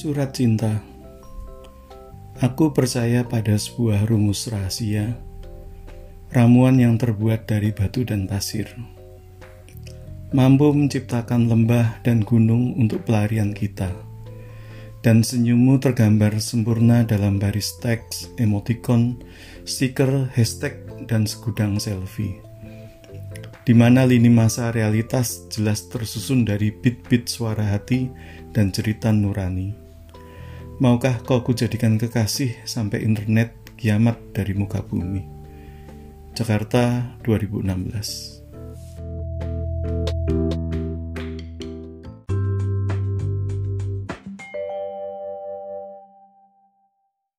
Surat cinta. Aku percaya pada sebuah rumus rahasia, ramuan yang terbuat dari batu dan pasir, mampu menciptakan lembah dan gunung untuk pelarian kita, dan senyummu tergambar sempurna dalam baris teks, emoticon, stiker, hashtag, dan segudang selfie, di mana lini masa realitas jelas tersusun dari bit-bit suara hati dan cerita nurani. Maukah kau kujadikan kekasih sampai internet kiamat dari muka bumi? Jakarta 2016.